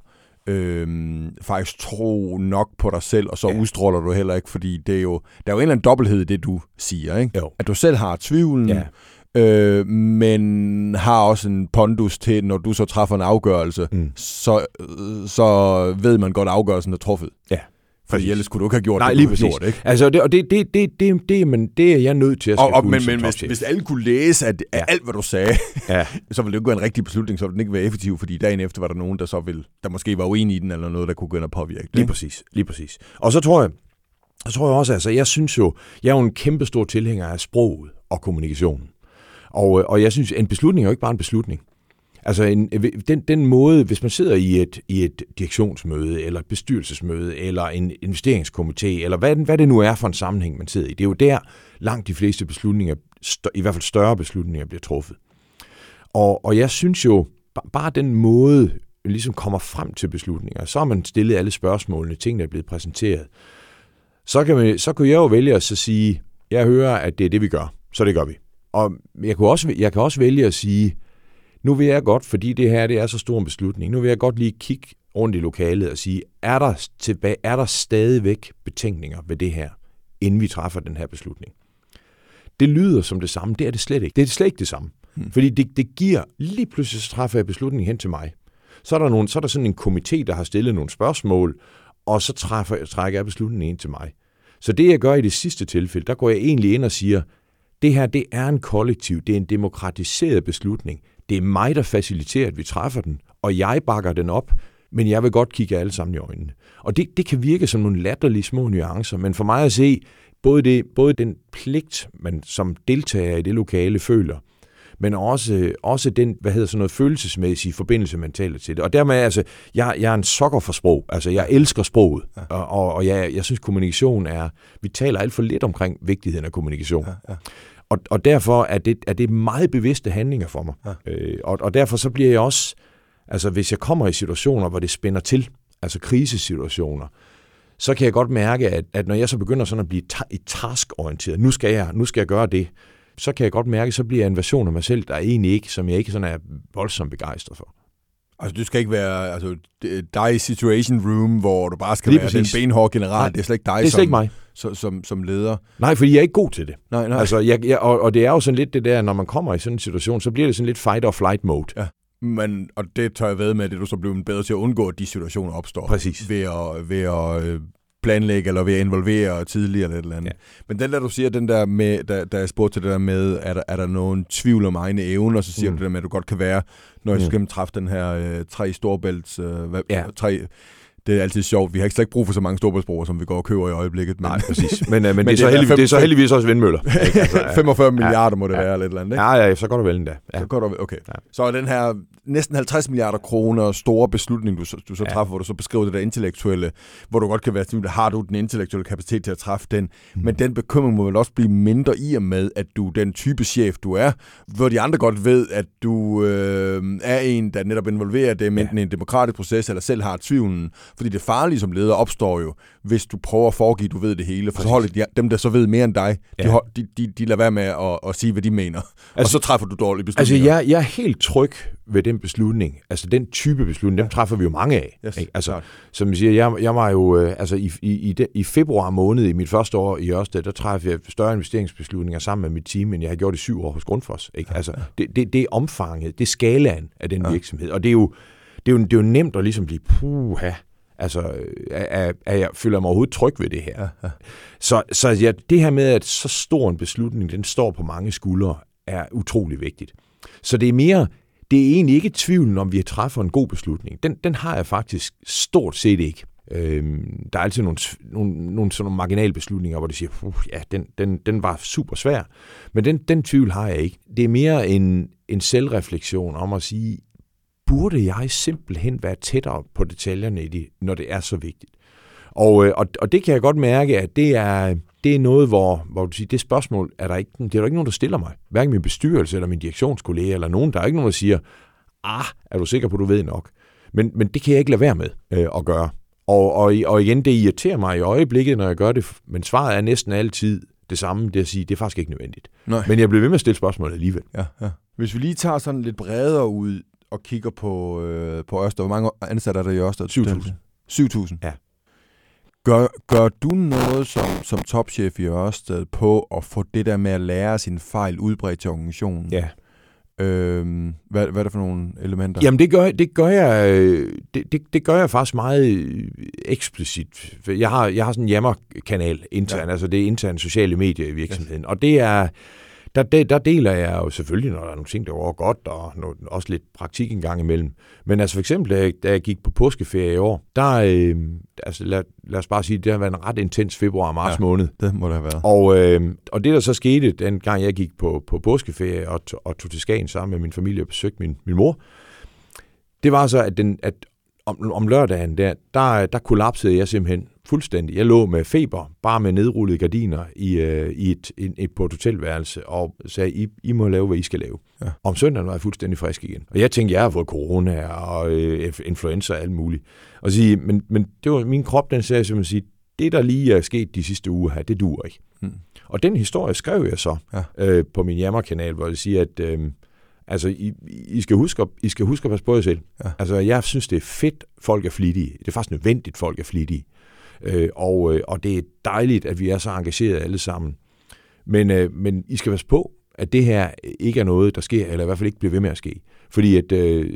øhm, faktisk tro nok på dig selv, og så ja. udstråler du heller ikke, fordi det er jo, der er jo en eller anden dobbelthed i det, du siger, ikke? Jo. At du selv har tvivlen, ja. øh, men har også en pondus til, når du så træffer en afgørelse, mm. så, så ved man godt, at afgørelsen er truffet. Ja. Fordi ellers kunne du ikke have gjort Nej, det, lige du præcis. gjort, ikke? Altså, det, og det, det, det, det, det, men det er jeg nødt til at og, og, kunne Men, men hvis, hvis alle kunne læse at, at ja. alt, hvad du sagde, ja. så ville det jo ikke være en rigtig beslutning, så ville den ikke være effektiv, fordi dagen efter var der nogen, der så ville, der måske var uenige i den, eller noget, der kunne gå ind og påvirke det. Lige præcis, lige præcis. Og så tror jeg, så tror jeg også, altså, jeg synes jo, jeg er jo en kæmpe stor tilhænger af sproget og kommunikationen. Og, og jeg synes, en beslutning er jo ikke bare en beslutning. Altså en, den, den måde, hvis man sidder i et, i et direktionsmøde, eller et bestyrelsesmøde, eller en investeringskomité, eller hvad, hvad det nu er for en sammenhæng, man sidder i, det er jo der langt de fleste beslutninger, i hvert fald større beslutninger, bliver truffet. Og, og jeg synes jo, bare den måde, man ligesom kommer frem til beslutninger, så har man stillet alle spørgsmålene, tingene er blevet præsenteret, så kan, man, så kunne jeg jo vælge at så sige, jeg hører, at det er det, vi gør, så det gør vi. Og jeg, kunne også, jeg kan også vælge at sige, nu vil jeg godt, fordi det her det er så stor en beslutning, nu vil jeg godt lige kigge rundt i lokalet og sige, er der, tilbage, er der stadigvæk betænkninger ved det her, inden vi træffer den her beslutning? Det lyder som det samme, det er det slet ikke. Det er slet ikke det samme. Hmm. Fordi det, det giver, lige pludselig så træffer jeg beslutningen hen til mig. Så er der, nogle, så er der sådan en komité, der har stillet nogle spørgsmål, og så træffer, trækker jeg beslutningen ind til mig. Så det jeg gør i det sidste tilfælde, der går jeg egentlig ind og siger, det her det er en kollektiv, det er en demokratiseret beslutning. Det er mig, der faciliterer, at vi træffer den, og jeg bakker den op, men jeg vil godt kigge alle sammen i øjnene. Og det, det kan virke som nogle latterlige små nuancer, men for mig at se, både, det, både den pligt, man som deltager i det lokale føler, men også, også den, hvad hedder sådan noget, følelsesmæssige forbindelse, man taler til det. Og dermed, altså, jeg, jeg er en sokker for sprog. Altså, jeg elsker sproget, ja. og, og, og jeg, jeg synes, kommunikation er, vi taler alt for lidt omkring vigtigheden af kommunikation. Ja, ja. Og, og derfor er det, er det meget bevidste handlinger for mig. Ja. Øh, og, og derfor så bliver jeg også, altså hvis jeg kommer i situationer, hvor det spænder til, altså krisesituationer, så kan jeg godt mærke, at, at når jeg så begynder sådan at blive ta- et taskorienteret, nu skal jeg, nu skal jeg gøre det, så kan jeg godt mærke, så bliver jeg en version af mig selv, der er egentlig ikke, som jeg ikke sådan er voldsomt begejstret for. Altså, du skal ikke være altså, dig i situation room, hvor du bare skal lige være præcis. Den benhårde general. Nej, det er slet ikke dig det er slet ikke som, mig. Som, som, som leder. Nej, fordi jeg er ikke god til det. Nej, nej. Altså, jeg, jeg, og, og det er jo sådan lidt det der, når man kommer i sådan en situation, så bliver det sådan lidt fight or flight mode. Ja. Men, og det tør jeg ved med, at det du så bliver bedre til at undgå, at de situationer opstår. Præcis. Ved at, ved at øh, planlægge, eller ved at involvere tidligere eller et eller andet. Ja. Men den der, du siger, den der med, da, da jeg spurgte til det der med, er der, er der nogen tvivl om egne evner, så siger mm. du det der med, at du godt kan være, når jeg mm. skal træffe den her øh, tre storbælts, øh, ja. tre... Det er altid sjovt. Vi har ikke slet ikke brug for så mange storbæltsbroer, som vi går og køber i øjeblikket. Men... Nej, præcis. Men, men, men det, er så heldigvis, det er så heldigvis også vindmøller. Altså, ja. femogfyrre milliarder må det ja. være, eller et eller andet, ikke? Ja, ja, så går det vel endda. Ja. Så går det, okay. Ja. Så er den her næsten halvtreds milliarder kroner store beslutning, du, du så ja. træffer, hvor du så beskriver det der intellektuelle, hvor du godt kan være sådan, har du den intellektuelle kapacitet til at træffe den, mm. men den bekymring må vel også blive mindre i og med, at du den type chef, du er, hvor de andre godt ved, at du øh, er en, der netop involverer dem, enten ja. i en demokratisk proces, eller selv har tvivlen, fordi det farlige som leder opstår jo, hvis du prøver at foregive, du ved det hele, for så holder de, dem, der så ved mere end dig, ja. de, de, de, de lader være med at, at sige, hvad de mener, altså, og så træffer du dårlige beslutninger. Altså, jeg, jeg er helt tryg ved den beslutning, altså den type beslutning, dem træffer vi jo mange af. Yes, ikke? Altså, som jeg siger, jeg, jeg var jo, øh, altså i, i, i, de, i februar måned i mit første år i Ørsted, der træffede jeg større investeringsbeslutninger sammen med mit team, end jeg har gjort i syv år hos Grundfos. Ikke? Altså, det, det, det er omfanget, det er skalaen af den ja. virksomhed, og det er jo, det er jo, det er jo nemt at ligesom blive, puha, altså, er, er jeg føler mig overhovedet tryg ved det her. Ja, ja. Så, så ja, det her med, at så stor en beslutning, den står på mange skuldre, er utrolig vigtigt. Så det er mere, det er egentlig ikke tvivlen om, vi træffer en god beslutning. Den, den har jeg faktisk stort set ikke. Øhm, der er altid nogle, nogle, nogle sådan nogle marginale beslutninger, hvor de siger, uh, ja, den, den, den var super svær. Men den, den tvivl har jeg ikke. Det er mere en, en selvreflektion om at sige, burde jeg simpelthen være tættere på detaljerne i det, når det er så vigtigt. Og, og, og det kan jeg godt mærke, at det er, det er noget, hvor, hvor du siger, det spørgsmål, er der ikke, det er der ikke nogen, der stiller mig. Hverken min bestyrelse eller min direktionskollega eller nogen. Der er ikke nogen, der siger, ah, er du sikker på, at du ved nok? Men, men det kan jeg ikke lade være med øh, at gøre. Og, og, og igen, det irriterer mig i øjeblikket, når jeg gør det, men svaret er næsten altid det samme, det at sige, det er faktisk ikke nødvendigt. Nej. Men jeg bliver ved med at stille spørgsmålet alligevel. Ja, ja. Hvis vi lige tager sådan lidt bredere ud og kigger på, øh, på Ørsted, hvor mange ansatte er der i Ørsted? syv tusind. syv tusind? Ja. Gør, gør du noget som, som topchef i Ørsted på at få det der med at lære sine fejl udbredt til organisationen? Ja. Øhm, hvad, hvad er det for nogle elementer? Jamen det gør, det gør jeg det, det, det gør jeg faktisk meget eksplicit. Jeg har, jeg har sådan en jammerkanal intern, ja. altså det er interne sociale medier i virksomheden, ja. og det er Der, der, der deler jeg jo selvfølgelig, når der er nogle ting, der går godt, og noget, også lidt praktik en gang imellem. Men altså for eksempel, da jeg, da jeg gik på påskeferie i år, der, øh, altså lad, lad os bare sige, det har været en ret intens februar og marts ja, måned. Det må det have været. Og, øh, og det, der så skete, den gang jeg gik på, på påskeferie og, og tog til Skagen sammen med min familie og besøgte min, min mor, det var så, at, den, at om, om lørdagen der, der, der kollapsede jeg simpelthen fuldstændig. Jeg lå med feber, bare med nedrullede gardiner i, øh, i et, et, et, på et hotelværelse, og sagde, I, I må lave, hvad I skal lave. Ja. Om søndagen var jeg fuldstændig frisk igen. Og jeg tænkte, jeg har fået corona og øh, influenza og alt muligt. Og sige, men, men det var min krop, den sagde simpelthen sige, det der lige er sket de sidste uger her, det duer ikke. Hmm. Og den historie skrev jeg så ja. øh, på min jammerkanal, hvor jeg siger, at øh, altså, I, I, skal huske at, I skal huske at passe på jer selv. Ja. Altså, jeg synes, det er fedt, folk er flittige. Det er faktisk nødvendigt, folk er flittige. Øh, og, øh, og det er dejligt, at vi er så engagerede alle sammen. Men, øh, men I skal passe på, at det her ikke er noget, der sker, eller i hvert fald ikke bliver ved med at ske. Fordi at, øh,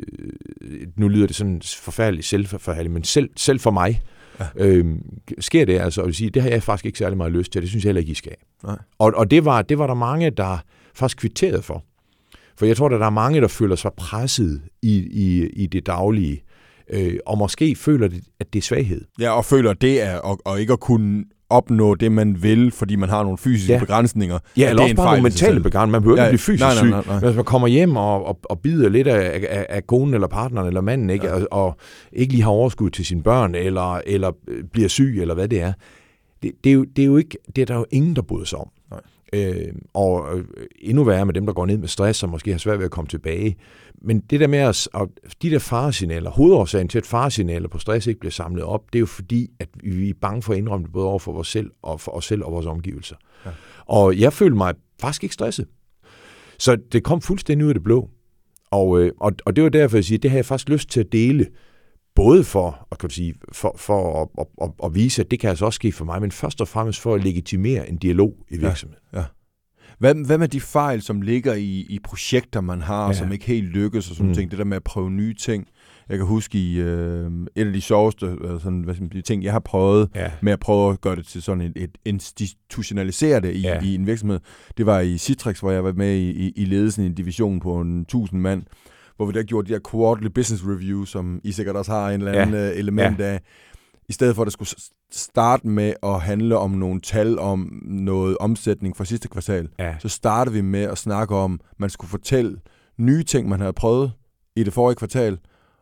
nu lyder det sådan forfærdeligt selvforfærdeligt, men selv, selv for mig ja. øh, sker det altså, og vil sige, det har jeg faktisk ikke særlig meget lyst til, og det synes jeg heller ikke, I skal. Nej. Og, og det, var, det var der mange, der faktisk kvitterede for. For jeg tror, at der er mange, der føler sig presset i, i, i det daglige, øh, og måske føler, at det er svaghed. Ja, og føler, at det er, og, og ikke at kunne opnå det, man vil, fordi man har nogle fysiske ja. begrænsninger. Ja, eller også bare nogle mentale begrænsninger. Man behøver ja, ikke blive fysisk nej, nej, nej, nej. syg. Hvis man kommer hjem og, og, og bider lidt af, af, af konen eller partneren eller manden, ikke? Ja. Og, og ikke lige har overskud til sine børn, eller, eller bliver syg, eller hvad det er. Det, det, er, jo, det er jo ikke, det er der jo ingen, der bryder sig om. Nej. Øh, og øh, endnu værre med dem, der går ned med stress, og måske har svært ved at komme tilbage. Men det der med at, at de der faresignaler, hovedårsagen til, at faresignaler på stress ikke bliver samlet op, det er jo fordi, at vi er bange for at indrømme det både over for os selv og for os selv og vores omgivelser. Ja. Og jeg følte mig faktisk ikke stresset. Så det kom fuldstændig ud af det blå. Og, øh, og, og det var derfor, jeg siger, det har jeg faktisk lyst til at dele, både for at, kan du sige, for, for at, at, at, at vise, at det kan altså også ske for mig, men først og fremmest for at legitimere en dialog i virksomheden. Ja, ja. Hvad, hvad med de fejl, som ligger i, i projekter, man har, ja. som ikke helt lykkes og sådan mm. ting, det der med at prøve nye ting? Jeg kan huske i øh, et af de sjoveste øh, sådan, hvad skal man sige, ting, jeg har prøvet ja. med at prøve at gøre det til sådan et, et institutionalisere det i, ja. i en virksomhed. Det var i Citrix, hvor jeg var med i, i, i ledelsen i en division på en tusind mand, hvor vi der gjorde de der quarterly business review, som I sikkert også har en eller anden ja. element ja. af. I stedet for, at det skulle starte med at handle om nogle tal om noget omsætning fra sidste kvartal, ja. så startede vi med at snakke om, at man skulle fortælle nye ting, man havde prøvet i det forrige kvartal,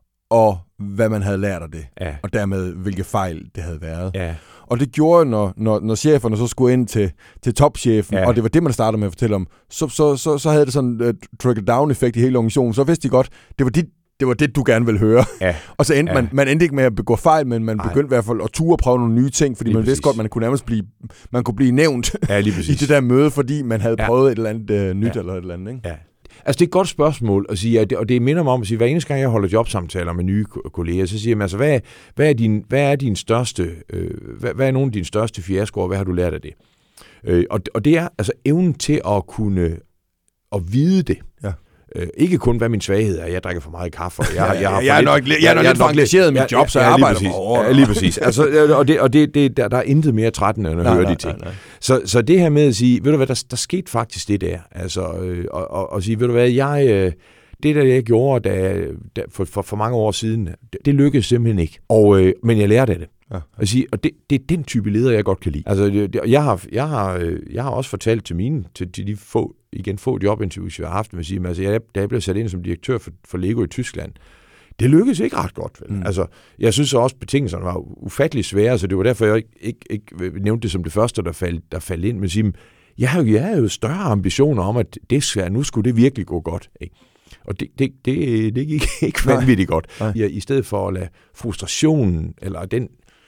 og hvad man havde lært af det, ja. og dermed hvilke fejl det havde været. Ja. Og det gjorde, når, når, når cheferne så skulle ind til, til topchefen, ja. og det var det, man startede med at fortælle om, så, så, så, så havde det sådan en uh, trickle-down-effekt i hele organisationen. Så vidste de godt, det var dit Det var det, du gerne ville høre. Ja. Og så endte ja. man, man endte ikke med at begå fejl, men man begyndte Ej. i hvert fald at ture prøve nogle nye ting, fordi lige man præcis. vidste godt, man kunne nærmest blive, man kunne blive nævnt ja, i det der møde, fordi man havde ja. prøvet et eller andet uh, nyt ja. eller et eller andet. Ikke? Ja. Altså det er et godt spørgsmål at sige, og det minder mig om at sige, hver eneste gang jeg holder jobsamtaler med nye kolleger, så siger jeg, altså, hvad, hvad, er din, hvad er din største, øh, hvad, hvad er nogle af dine største fiaskoer, hvad har du lært af det? Øh, og, og det er altså evnen til at kunne at vide det. Ja. Øh, ikke kun, hvad min svaghed er. Jeg drikker for meget kaffe. Og jeg, jeg, jeg, jeg er nok, jeg er nok lidt for engageret i mit job, så jeg arbejder for over. Ja, lige præcis. Altså, og det, og det, det, der, der er intet mere trættende, end at nej, høre nej, de ting. Nej, nej. Så, så det her med at sige, ved du hvad, der, der skete faktisk det der. Altså, øh, og, og, og sige, ved du hvad, jeg, øh, det der jeg gjorde da, da, for, for, for mange år siden, det, det lykkedes simpelthen ikke. Og, øh, men jeg lærte af det. Ja. Og, sige, og det, det er den type leder, jeg godt kan lide. Altså, det, jeg, har, jeg, har, jeg har også fortalt til mine, til, til de få, igen få jobinterviews, jeg har haft, med sige, altså, jeg, da jeg blev sat ind som direktør for, for Lego i Tyskland, det lykkedes ikke ret godt. Vel? Mm. Altså, jeg synes også, betingelserne var ufattelig svære, så det var derfor, jeg ikke, ikke, ikke nævnte det som det første, der faldt, der faldt ind. Men sige, jeg har jo, jeg har jo større ambitioner om, at det skal, nu skulle det virkelig gå godt. Ikke? Og det, det, det, det gik ikke vanvittigt godt. I, I stedet for at lade frustrationen, eller den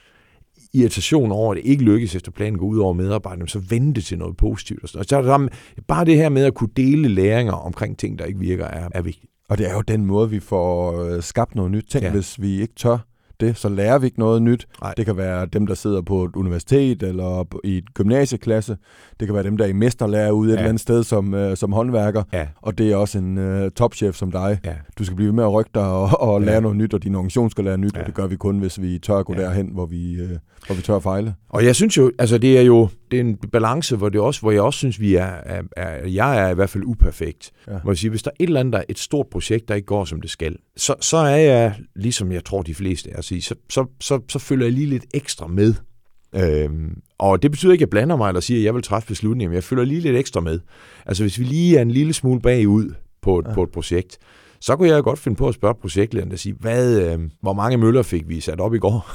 irritation over, at det ikke lykkes efter planen gå ud over medarbejderne, så vende det til noget positivt. Og så er der bare det her med at kunne dele læringer omkring ting, der ikke virker, er, er vigtigt. Og det er jo den måde, vi får skabt noget nyt. Tænk, ja. hvis vi ikke tør det, så lærer vi ikke noget nyt. Nej. Det kan være dem, der sidder på et universitet eller i et gymnasieklasse. Det kan være dem, der er i mesterlærer ude et ja. eller andet sted som, uh, som håndværker. Ja. Og det er også en uh, topchef som dig. Ja. Du skal blive ved med at rykke dig og, og lære ja. noget nyt, og din organisation skal lære nyt. Ja. Og det gør vi kun, hvis vi tør at gå ja. derhen, hvor vi, uh, hvor vi tør at fejle. Og jeg synes jo, altså det er jo det er en balance, hvor, det også, hvor jeg også synes, vi er, er, er jeg er i hvert fald uperfekt. Ja. Må jeg sige, hvis der er et eller andet, der er et stort projekt, der ikke går, som det skal, så, så er jeg, ligesom jeg tror, de fleste er, sige, så, så, så, så følger jeg lige lidt ekstra med. Øhm, og det betyder ikke, at jeg blander mig eller siger, at jeg vil træffe beslutninger, men jeg følger lige lidt ekstra med. Altså hvis vi lige er en lille smule bagud på et, ja. på et projekt, så kunne jeg godt finde på at spørge projektlederen og sige, hvad, øh, hvor mange møller fik vi sat op i går?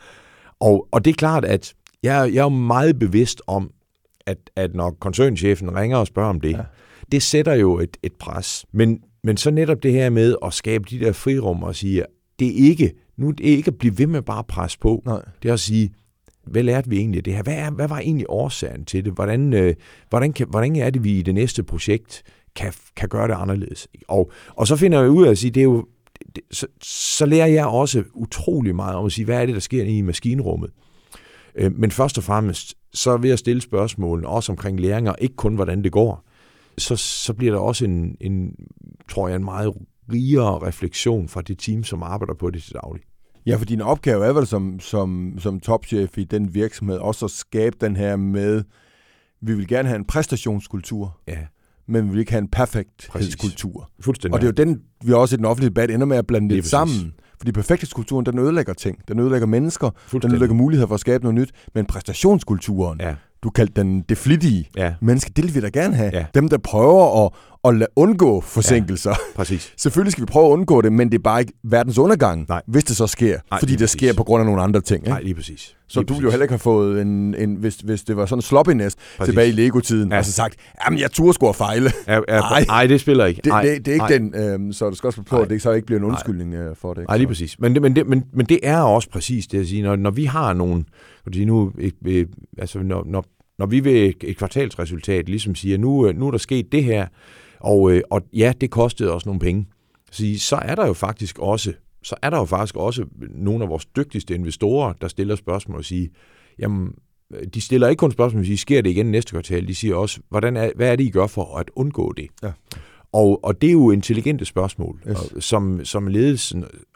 og, og det er klart, at jeg, jeg er meget bevidst om, at, at når koncernchefen ringer og spørger om det, ja. det sætter jo et, et pres. Men, men så netop det her med at skabe de der frirum og sige, det er ikke, nu det er ikke at blive ved med bare at presse på. Nej. Det er at sige, hvad lærte vi egentlig af det her? Hvad, er, hvad var egentlig årsagen til det? Hvordan, øh, hvordan, kan, hvordan er det, vi i det næste projekt kan, kan gøre det anderledes? Og, og så finder jeg ud af at sige, det er jo, det, så, så lærer jeg også utrolig meget om at sige, hvad er det, der sker i maskinrummet? Øh, men først og fremmest, så ved at stille spørgsmålene, også omkring læringer, ikke kun hvordan det går, så, så bliver der også en, en, tror jeg, en meget rigere refleksion fra det team, som arbejder på det til daglig. Ja, for din opgave er vel som, som, som topchef i den virksomhed også at skabe den her med, vi vil gerne have en præstationskultur, ja. men vi vil ikke have en perfekthedskultur. Fuldstændig. Og det er jo den, vi også i den offentlige debat ender med at blande det sammen. Fordi perfekthedskulturen, den ødelægger ting. Den ødelægger mennesker. Den ødelægger muligheder for at skabe noget nyt. Men præstationskulturen, ja. du kaldte den det flittige ja. menneske, det vil vi da gerne have. Ja. Dem, der prøver at, at lade undgå forsinkelser. Ja, præcis. Selvfølgelig skal vi prøve at undgå det, men det er bare ikke verdens undergang, Nej. hvis det så sker. Nej, fordi det præcis. sker på grund af nogle andre ting. Ikke? Nej, lige præcis. Så lige du ville jo heller ikke have fået en, en hvis, hvis det var sådan en sloppiness præcis. tilbage i Lego-tiden, ja. og så sagt, jamen jeg turde sgu at fejle. Ja, ja, nej, nej, det spiller ikke. Det, det, det er ikke Ej. den, øhm, så du skal også på, at det så ikke bliver en undskyldning Ej. for det. Nej, lige præcis. Men det, men, det, men, men det er også præcis det at sige, når, når vi har nogle, nu, et, altså når, når, når vi ved et kvartalsresultat ligesom siger, nu, nu er der sket det her, og, og ja, det kostede også nogle penge, så, så er der jo faktisk også så er der jo faktisk også nogle af vores dygtigste investorer, der stiller spørgsmål og siger, jamen, de stiller ikke kun spørgsmål, men siger, sker det igen næste kvartal? De siger også, hvordan er, hvad er det, I gør for at undgå det? Ja. Og, og det er jo intelligente spørgsmål, yes. som, som ledelsen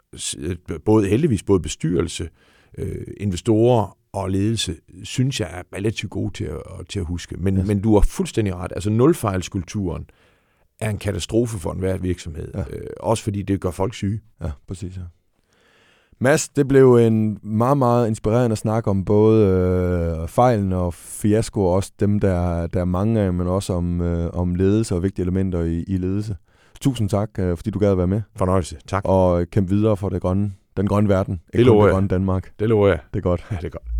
både heldigvis både bestyrelse, øh, investorer og ledelse, synes jeg er relativt gode til at, til at huske. Men, yes. men du har fuldstændig ret. Altså nulfejlskulturen er en katastrofe for enhver virksomhed. Ja. Øh, også fordi det gør folk syge. Ja, præcis. Ja. Mads, det blev en meget, meget inspirerende snak om både øh, fejlen og fiasko, og også dem, der, der er mange af, men også om, øh, om ledelse og vigtige elementer i, i ledelse. Tusind tak, øh, fordi du gad at være med. Fornøjelse. Tak. Og kæmpe videre for det grønne, den grønne verden. Det lover jeg. Det grønne Danmark. Det lover jeg. Det er godt. Ja, det er godt.